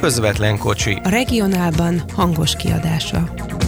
Közvetlen kocsi. A regionálban hangos kiadása.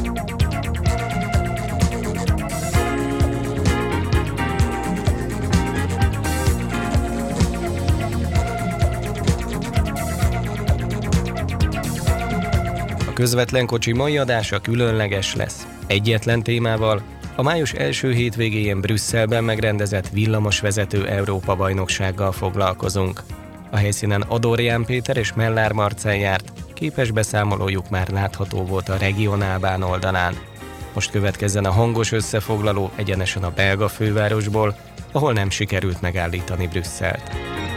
A közvetlen kocsi mai adása különleges lesz. Egyetlen témával, a május első hétvégéjén Brüsszelben megrendezett villamosvezető Európa-bajnoksággal foglalkozunk. A helyszínen Adorján Péter és Mellár Marcell járt, képes beszámolójuk már látható volt a regionálbán oldalán. Most következzen a hangos összefoglaló egyenesen a belga fővárosból, ahol nem sikerült megállítani Brüsszelt.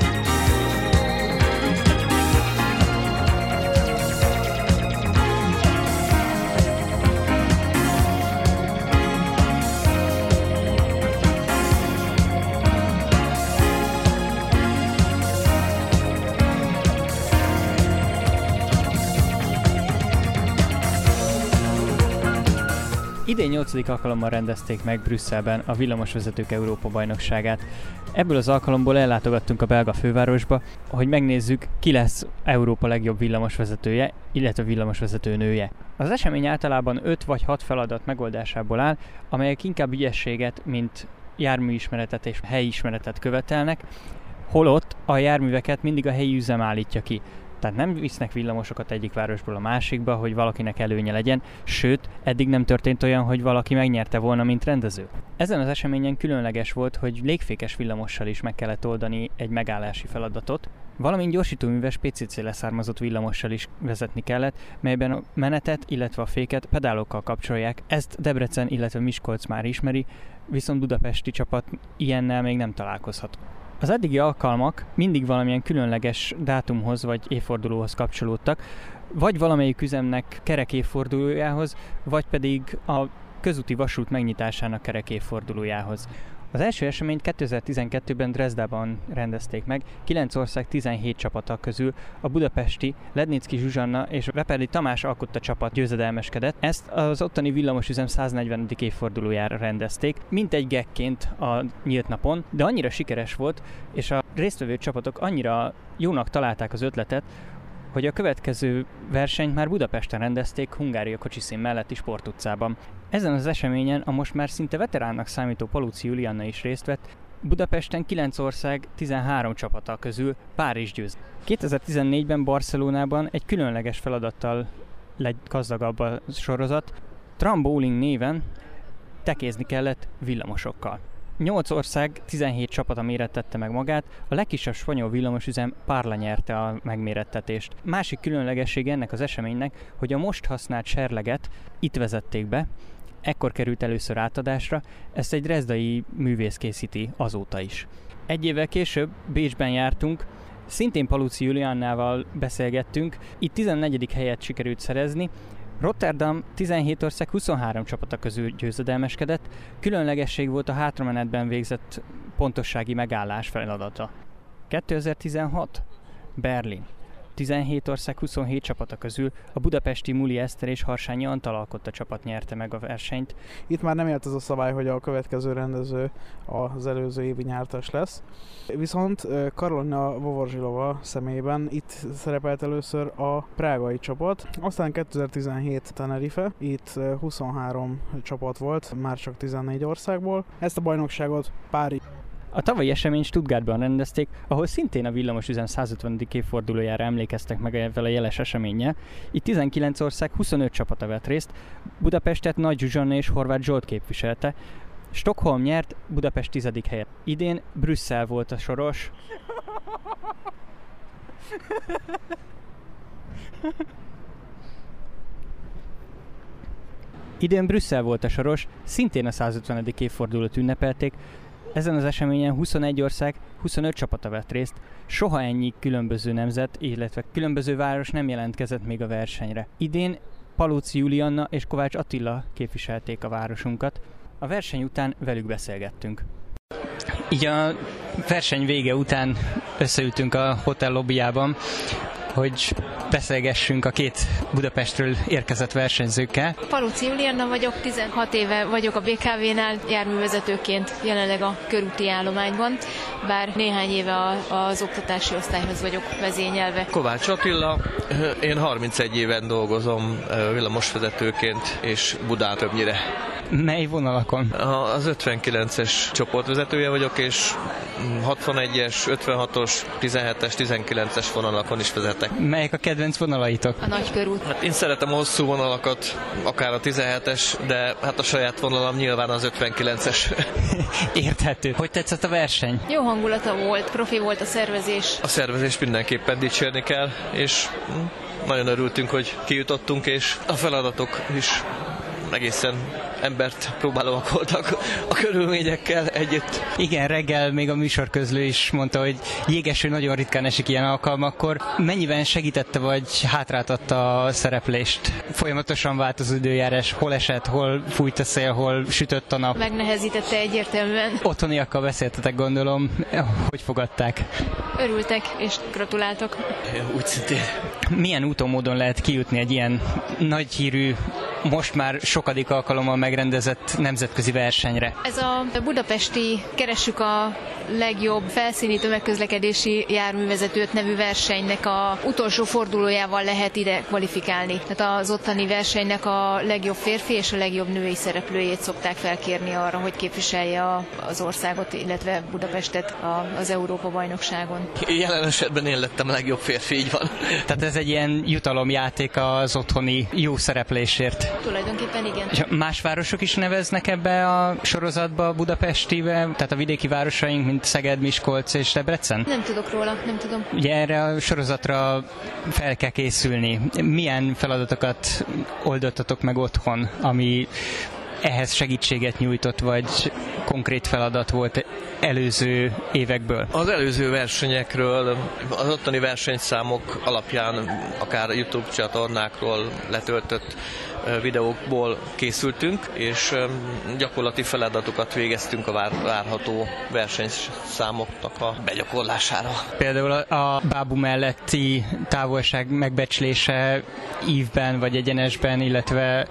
Idén 8. alkalommal rendezték meg Brüsszelben a villamosvezetők Európa-bajnokságát. Ebből az alkalomból ellátogattunk a belga fővárosba, hogy megnézzük, ki lesz Európa legjobb villamosvezetője, illetve villamosvezető nője. Az esemény általában 5 vagy 6 feladat megoldásából áll, amelyek inkább ügyességet, mint járműismeretet és helyismeretet követelnek, holott a járműveket mindig a helyi üzem állítja ki. Tehát nem visznek villamosokat egyik városból a másikba, hogy valakinek előnye legyen, sőt, eddig nem történt olyan, hogy valaki megnyerte volna, mint rendező. Ezen az eseményen különleges volt, hogy légfékes villamossal is meg kellett oldani egy megállási feladatot, valamint gyorsítóműves PCC leszármazott villamossal is vezetni kellett, melyben a menetet, illetve a féket pedálokkal kapcsolják. Ezt Debrecen, illetve Miskolc már ismeri, viszont budapesti csapat ilyennel még nem találkozhat. Az eddigi alkalmak mindig valamilyen különleges dátumhoz vagy évfordulóhoz kapcsolódtak, vagy valamelyik üzemnek kerekévfordulójához, vagy pedig a közúti vasút megnyitásának kerekévfordulójához. Az első eseményt 2012-ben Dresdában rendezték meg, 9 ország 17 csapata közül a budapesti Lednicki Zsuzsanna és Vepeli Tamás alkotta csapat győzedelmeskedett. Ezt az ottani villamosüzem 140. évfordulójára rendezték, mintegy gekként a nyílt napon, de annyira sikeres volt, és a résztvevő csapatok annyira jónak találták az ötletet, hogy a következő versenyt már Budapesten rendezték, Hungária kocsiszín melletti Sportutcában. Ezen az eseményen a most már szinte veteránnak számító Palóczy Julianna is részt vett, Budapesten 9 ország 13 csapata közül Párizs győz. 2014-ben Barcelonában egy különleges feladattal lett gazdagabb a sorozat. Trambolin néven tekézni kellett villamosokkal. 8 ország 17 csapata mérettette meg magát, a legkisebb spanyol villamosüzem Parla nyerte a megmérettetést. Másik különlegessége ennek az eseménynek, hogy a most használt serleget itt vezették be, ekkor került először átadásra, ezt egy dresdai művész készíti azóta is. Egy évvel később Bécsben jártunk, szintén Palóczy Juliannával beszélgettünk, itt 14. helyet sikerült szerezni, Rotterdam 17 ország 23 csapata közül győzedelmeskedett, különlegesség volt a hátramenetben végzett pontossági megállás feladata. 2016 Berlin 17 ország 27 csapata közül a budapesti Muli Eszter és Harsányi Antal alkotta csapat nyerte meg a versenyt. Itt már nem élt az a szabály, hogy a következő rendező az előző évi nyertes lesz. Viszont Karolina Vovorzsilova személyében itt szerepelt először a prágai csapat, aztán 2017 Tenerife, itt 23 csapat volt, már csak 14 országból. Ezt a bajnokságot Párizs. A tavalyi eseményt Stuttgartban rendezték, ahol szintén a villamosüzem 150. évfordulójára emlékeztek meg ezzel a jeles eseménnyel. Itt 19 ország 25 csapata vett részt, Budapestet Nagy Zsuzsanna és Horváth Zsolt képviselte. Stockholm nyert, Budapest 10. helyet. Idén Brüsszel volt a soros. Idén Brüsszel volt a soros, szintén a 150. évfordulót ünnepelték. Ezen az eseményen 21 ország, 25 csapata vett részt, soha ennyi különböző nemzet, illetve különböző város nem jelentkezett még a versenyre. Idén Palóczy Julianna és Kovács Attila képviselték a városunkat. A verseny után velük beszélgettünk. Így a verseny vége után összeültünk a hotel lobbyjában. hogy beszélgessünk a két Budapestről érkezett versenyzőkkel. Palucci Julianna vagyok, 16 éve vagyok a BKV-nál járművezetőként jelenleg a körúti állományban, bár néhány éve az oktatási osztályhoz vagyok vezényelve. Kovács Attila, én 31 éven dolgozom villamosvezetőként, és Budán többnyire. Mely vonalakon? Az 59-es csoportvezetője vagyok, és 61-es, 56-os, 17-es, 19-es vonalakon is vezetek. Melyek a kedvenc vonalaitok? A nagykörút. Hát én szeretem a hosszú vonalakat, akár a 17-es, de hát a saját vonalam nyilván az 59-es. Érthető. Hogy tetszett a verseny? Jó hangulata volt, profi volt a szervezés. A szervezést mindenképpen dicsérni kell, és nagyon örültünk, hogy kijutottunk, és a feladatok is egészen embert próbálóak voltak a körülményekkel együtt. Igen, reggel még a műsorközlő is mondta, hogy jégeső nagyon ritkán esik ilyen alkalmakkor. Mennyiben segítette vagy hátráltatta a szereplést? Folyamatosan változó időjárás, hol esett, hol fújt a szél, hol sütött a nap? Megnehezítette egyértelműen. Otthoniakkal beszéltetek, gondolom. Hogy fogadták? Örültek és gratuláltak. Úgy szintén. Milyen úton módon lehet kijutni egy ilyen nagyhírű, most már sokadik alkalommal megrendezett nemzetközi versenyre? Ez a budapesti Keressük a legjobb felszíni tömegközlekedési járművezetőt nevű versenynek a utolsó fordulójával lehet ide kvalifikálni. Tehát az ottani versenynek a legjobb férfi és a legjobb női szereplőjét szokták felkérni arra, hogy képviselje az országot, illetve Budapestet az Európa-bajnokságon. Jelen esetben én lettem a legjobb férfi, így van. Tehát ez egy ilyen jutalomjáték az otthoni jó szereplésért. Tulajdonképpen igen. És más városok is neveznek ebbe a sorozatba, Budapestibe, tehát a vidéki városaink, mint Szeged, Miskolc és Debrecen? Nem tudok róla, nem tudom. Ugye erre a sorozatra fel kell készülni. Milyen feladatokat oldottatok meg otthon, ami ehhez segítséget nyújtott, vagy konkrét feladat volt előző évekből? Az előző versenyekről, az ottani versenyszámok alapján, akár YouTube csatornákról letöltött videókból készültünk, és gyakorlati feladatokat végeztünk a várható versenyszámoknak a begyakorlására. Például a bábú melletti távolság megbecslése ívben vagy egyenesben, illetve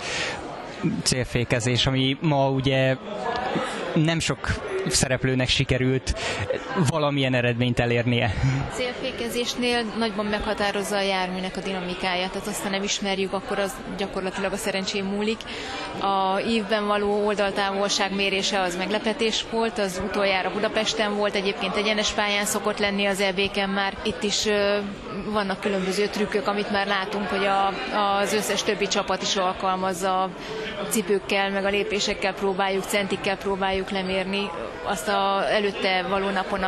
célfékezés, ami ma ugye nem sok szereplőnek sikerült valamilyen eredményt elérnie. Célfékezésnél nagyban meghatározza a járműnek a dinamikáját, tehát azt, ha nem ismerjük, akkor az gyakorlatilag a szerencsén múlik. A ívben való oldaltávolság mérése az meglepetés volt, az utoljára Budapesten volt, egyébként egyenes pályán szokott lenni az EB-ken már. Itt is vannak különböző trükkök, amit már látunk, hogy az összes többi csapat is alkalmazza, a cipőkkel, meg a lépésekkel próbáljuk, centikkel próbáljuk lemérni. Azt előtte való napon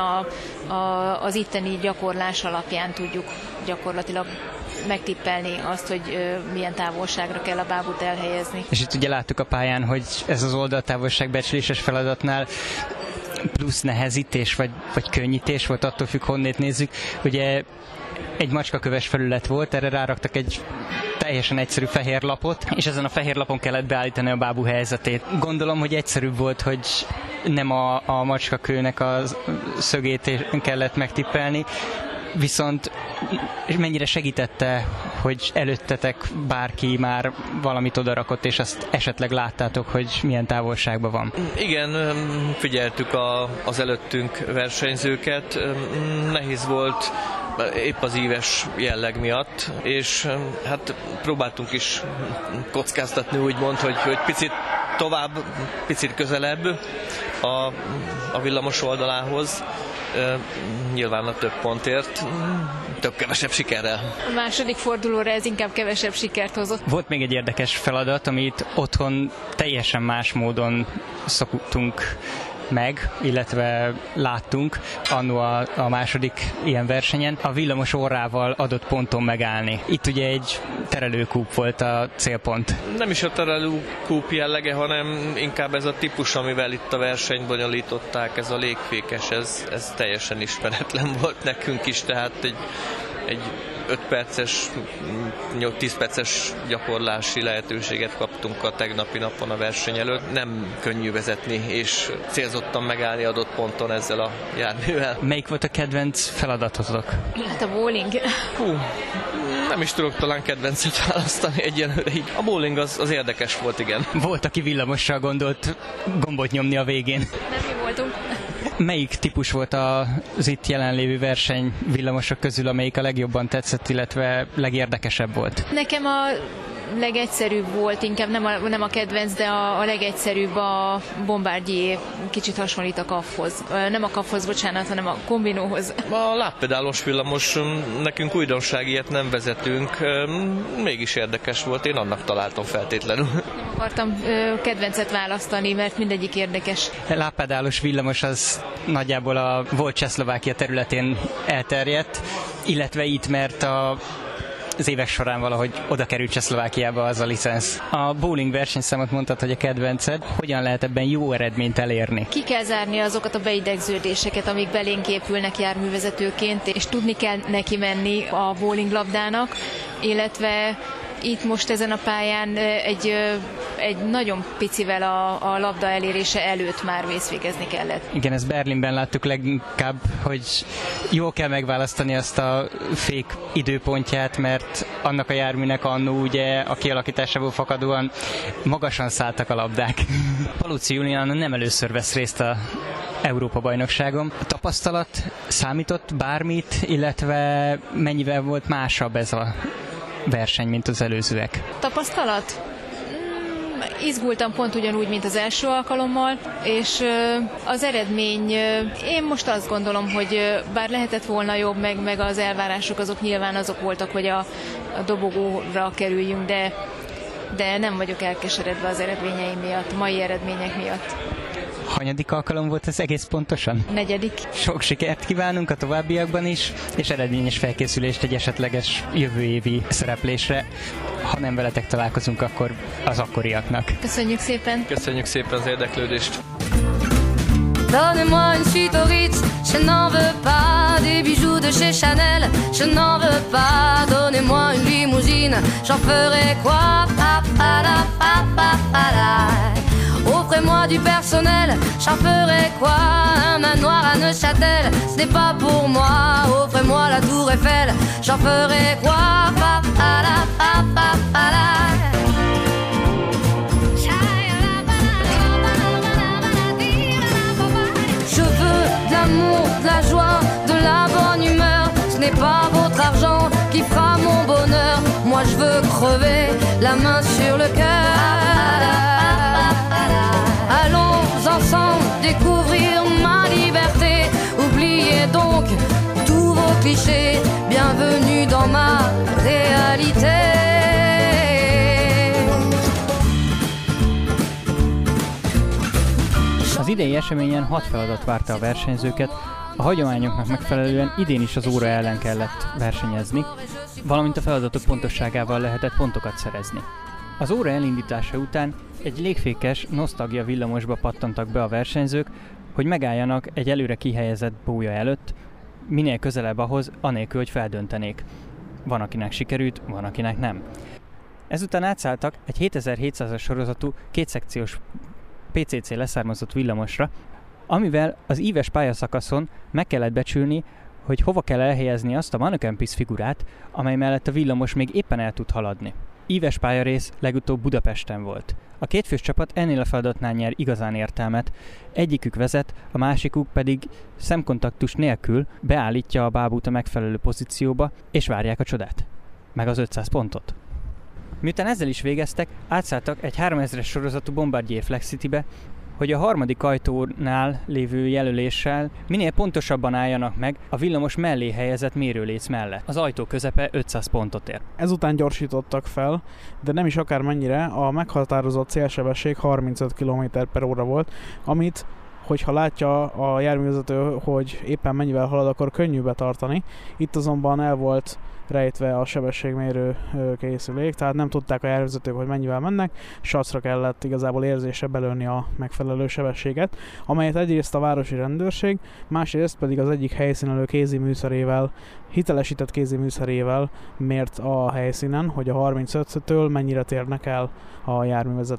az itteni gyakorlás alapján tudjuk gyakorlatilag megtippelni azt, hogy milyen távolságra kell a bábút elhelyezni. És itt ugye láttuk a pályán, hogy ez az oldaltávolság becsléses feladatnál plusz nehezítés vagy könnyítés volt, attól függ, honnét nézzük. Ugye egy macskaköves felület volt, erre ráraktak egy teljesen egyszerű fehér lapot, és ezen a fehér lapon kellett beállítani a bábú helyzetét. Gondolom, hogy egyszerűbb volt, hogy nem a macskakőnek a szögét kellett megtippelni, viszont mennyire segítette, hogy előttetek bárki már valamit odarakott, és azt esetleg láttátok, hogy milyen távolságban van? Igen, figyeltük az előttünk versenyzőket. Nehéz volt épp az íves jelleg miatt, és hát próbáltunk is kockáztatni, úgymond, hogy picit tovább, picit közelebb a villamos oldalához. Nyilván a több pontért, kevesebb sikerrel. A második fordulóra ez inkább kevesebb sikert hozott. Volt még egy érdekes feladat, amit otthon teljesen más módon szoktunk meg, illetve láttunk annó a második ilyen versenyen, a villamos orrával adott ponton megállni. Itt ugye egy terelőkúp volt a célpont. Nem is a terelőkúp jellege, hanem inkább ez a típus, amivel itt a versenyt bonyolították, ez a légfékes, ez teljesen ismeretlen volt nekünk is, tehát egy 5 perces, 10 perces gyakorlási lehetőséget kaptunk a tegnapi napon a verseny előtt. Nem könnyű vezetni, és célzottan megállni adott ponton ezzel a járművel. Melyik volt a kedvenc feladatotok? Hát a bowling. Nem is tudok talán kedvencet választani egyenlőre így. A bowling az érdekes volt, igen. Volt, aki villamossal gondolt gombot nyomni a végén. Nem mi voltunk. Melyik típus volt az itt jelenlévő verseny villamosok közül, amelyik a legjobban tetszett, illetve legérdekesebb volt? Nekem a legegyszerűbb volt, inkább nem a kedvenc, de a legegyszerűbb a Bombardier, kicsit hasonlít a Kaffhoz. Nem a Kaffhoz, bocsánat, hanem a kombinóhoz. A lábpedálos villamos, nekünk újdonság, ilyet nem vezetünk, mégis érdekes volt, én annak találtam feltétlenül. Nem akartam kedvencet választani, mert mindegyik érdekes. A lábpedálos villamos az nagyjából a volt Csehszlovákia területén elterjedt, illetve itt, mert az évek során valahogy oda került Csehszlovákiába az a licensz. A bowling versenyszámot mondtad, hogy a kedvenced. Hogyan lehet ebben jó eredményt elérni? Ki kell zárni azokat a beidegződéseket, amik belénk épülnek járművezetőként, és tudni kell neki menni a bowlinglabdának, illetve itt most ezen a pályán egy nagyon picivel a labda elérése előtt már vészvégezni kellett. Igen, ezt Berlinben láttuk leginkább, hogy jól kell megválasztani azt a fék időpontját, mert annak a járműnek annó ugye a kialakításából fakadóan magasan szálltak a labdák. Palucci Julián nem először vesz részt a Európa-bajnokságon. A tapasztalat számított bármit, illetve mennyivel volt másabb ez a verseny, mint az előzőek? Tapasztalat? Izgultam pont ugyanúgy, mint az első alkalommal, és az eredmény, én most azt gondolom, hogy bár lehetett volna jobb, meg az elvárások azok nyilván azok voltak, hogy a dobogóra kerüljünk, de nem vagyok elkeseredve az eredményeim miatt, mai eredmények miatt. Hanyadik alkalom volt ez egész pontosan? 4. Sok sikert kívánunk a továbbiakban is, és eredményes felkészülést egy esetleges jövő évi szereplésre. Ha nem veletek találkozunk, akkor az akkoriaknak. Köszönjük szépen! Köszönjük szépen az érdeklődést! Donnez-moi une suite au Ritz, je n'en veux pas. Des bijoux de chez Chanel, je n'en veux pas. Donnez-moi une limousine, j'en ferai quoi? Pa, pa, la, pa, pa, pa, la. Offrez-moi du personnel, j'en ferai quoi? Un manoir à Neuchâtel, ce n'est pas pour moi. Offrez-moi la tour Eiffel, j'en ferai quoi? Pa, pa, la, pa, pa, pa, la. Je veux de l'amour, de la joie, de la bonne humeur. Ce n'est pas votre argent qui fera mon bonheur. Moi je veux crever la main sur le cœur. Allons ensemble découvrir ma liberté. Oubliez donc tous vos clichés. Bienvenue dans ma réalité. Az idei eseményen 6 feladat várta a versenyzőket, a hagyományoknak megfelelően idén is az óra ellen kellett versenyezni, valamint a feladatok pontosságával lehetett pontokat szerezni. Az óra elindítása után egy légfékes nosztalgia villamosba pattantak be a versenyzők, hogy megálljanak egy előre kihelyezett bója előtt, minél közelebb ahhoz, anélkül, hogy feldöntenék. Van, akinek sikerült, van, akinek nem. Ezután átszálltak egy 7700-as sorozatú kétszekciós PCC leszármazott villamosra, amivel az íves pályaszakaszon meg kellett becsülni, hogy hova kell elhelyezni azt a mannequin-pisz figurát, amely mellett a villamos még éppen el tud haladni. Íves pályarész legutóbb Budapesten volt. A kétfős csapat ennél a feladatnál nyer igazán értelmet, egyikük vezet, a másikuk pedig szemkontaktus nélkül beállítja a bábút a megfelelő pozícióba, és várják a csodát. Meg az 500 pontot. Miután ezzel is végeztek, átszálltak egy 3000-es sorozatú Bombardier Flexity-be, hogy a harmadik ajtónál lévő jelöléssel minél pontosabban álljanak meg a villamos mellé helyezett mérőléc mellett. Az ajtó közepe 500 pontot ér. Ezután gyorsítottak fel, de nem is akármennyire, a meghatározott célsebesség 35 km/h volt, amit, hogyha látja a járművezető, hogy éppen mennyivel halad, akkor könnyű betartani. Itt azonban el volt rejtve a sebességmérő készülék, tehát nem tudták a járművezetők, hogy mennyivel mennek, sacra kellett igazából érzésre belőni a megfelelő sebességet, amelyet egyrészt a városi rendőrség, másrészt pedig az egyik helyszínelő kéziműszerével, hitelesített kéziműszerével mért a helyszínen, hogy a 35-től mennyire térnek el a járművezetők.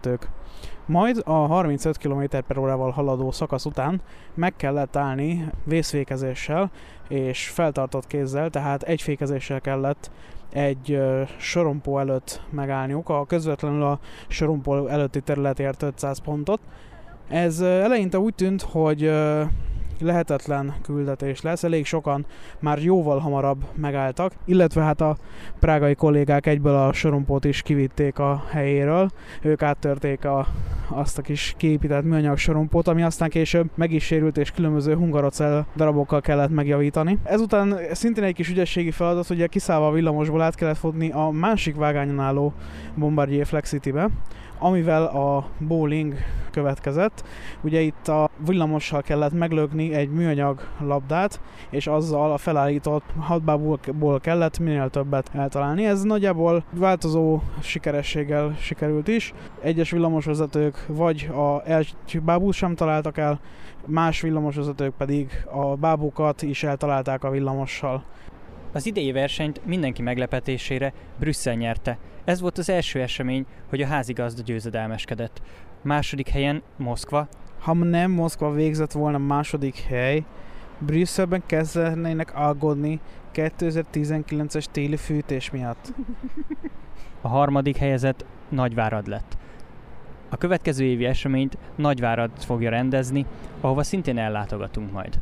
Majd a 35 km/h-val haladó szakasz után meg kellett állni vészfékezéssel és feltartott kézzel, tehát egy fékezéssel kellett egy sorompó előtt megállniuk, a közvetlenül a sorompó előtti terület ért 500 pontot. Ez eleinte úgy tűnt, hogy lehetetlen küldetés lesz, elég sokan már jóval hamarabb megálltak, illetve hát a prágai kollégák egyből a sorompót is kivitték a helyéről, ők áttörték azt a kis kiépített műanyag sorompót, ami aztán később meg is sérült, és különböző hungarocell darabokkal kellett megjavítani. Ezután szintén egy kis ügyességi feladat, hogy kiszállva a villamosból át kellett futni a másik vágányon álló Bombardier Flexity-be, amivel a bowling következett. Ugye itt a villamossal kellett meglökni egy műanyag labdát, és azzal a felállított hatbábból kellett minél többet eltalálni. Ez nagyjából változó sikerességgel sikerült is. Egyes villamosvezetők vagy egy bábút sem találtak el, más villamosvezetők pedig a bábukat is eltalálták a villamossal. Az idei versenyt mindenki meglepetésére Brüsszel nyerte. Ez volt az első esemény, hogy a házigazda győzedelmeskedett. Második helyen Moszkva. Ha nem Moszkva végzett volna második hely, Brüsszelben kezdenének aggódni 2019-es téli fűtés miatt. A harmadik helyezett Nagyvárad lett. A következő évi eseményt Nagyvárad fogja rendezni, ahova szintén ellátogatunk majd.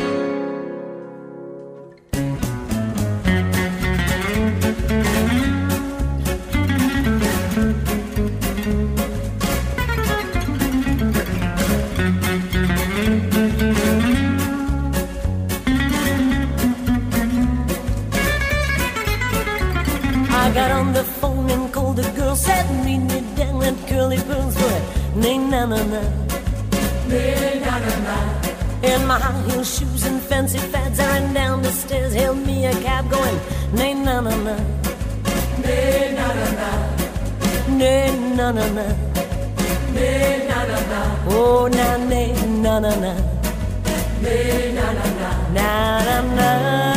Got on the phone and called the girl, said meet me down at Curly Burns, but nay na na na, nay na na na. In my high heel shoes and fancy fads, I ran down the stairs, hailed me a cab, going nay na na na, nay na na na, nay na na na, nay na na na. Oh na nay na na na, nay na na na, na na na.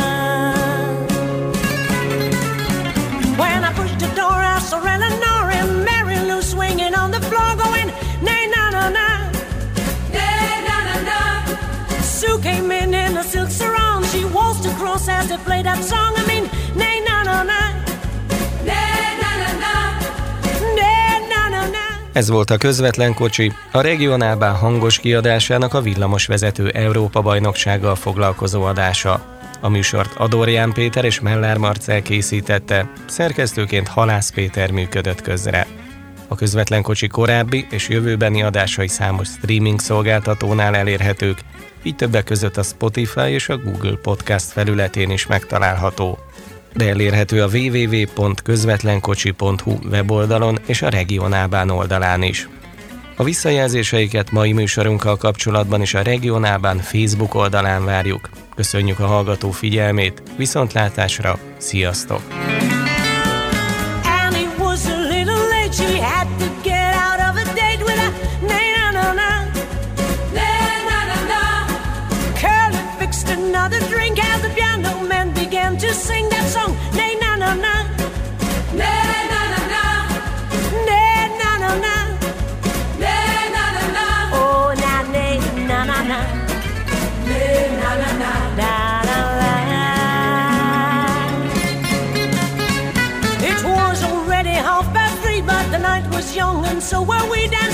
When I pushed the door, I saw Eleanor and Mary Lou swinging on the floor, going nay na na na, nay na na na. Sue came in a silk sarong, she waltzed across as they played that song. I mean, nay na na na, nay na na na, nay na na na. Ez volt a Közvetlen Kocsi, a Regionálbahn hangos kiadásának a villamosvezető Európa-bajnoksággal foglalkozó adása. A műsort Adorján Péter és Mellár Marcell készítette, szerkesztőként Halász Péter működött közre. A Közvetlen Kocsi korábbi és jövőbeni adásai számos streaming szolgáltatónál elérhetők, így többek között a Spotify és a Google Podcast felületén is megtalálható. De elérhető a www.közvetlenkocsi.hu weboldalon és a Regionálbahn oldalán is. A visszajelzéseiket mai műsorunkkal kapcsolatban is a Regionálbahn Facebook oldalán várjuk. Köszönjük a hallgató figyelmét, viszontlátásra, sziasztok! Annie was a little late, she had to get out of a date with a na-na-na-na, na-na-na-na. Curly fixed another drink as the piano man began to sing that song, na-na-na-na, na-na-na-na, na-na-na-na, na-na-na-na. Oh, na-na-na-na, na-na-na-na. It was already 3:30, but the night was young, and so were we down.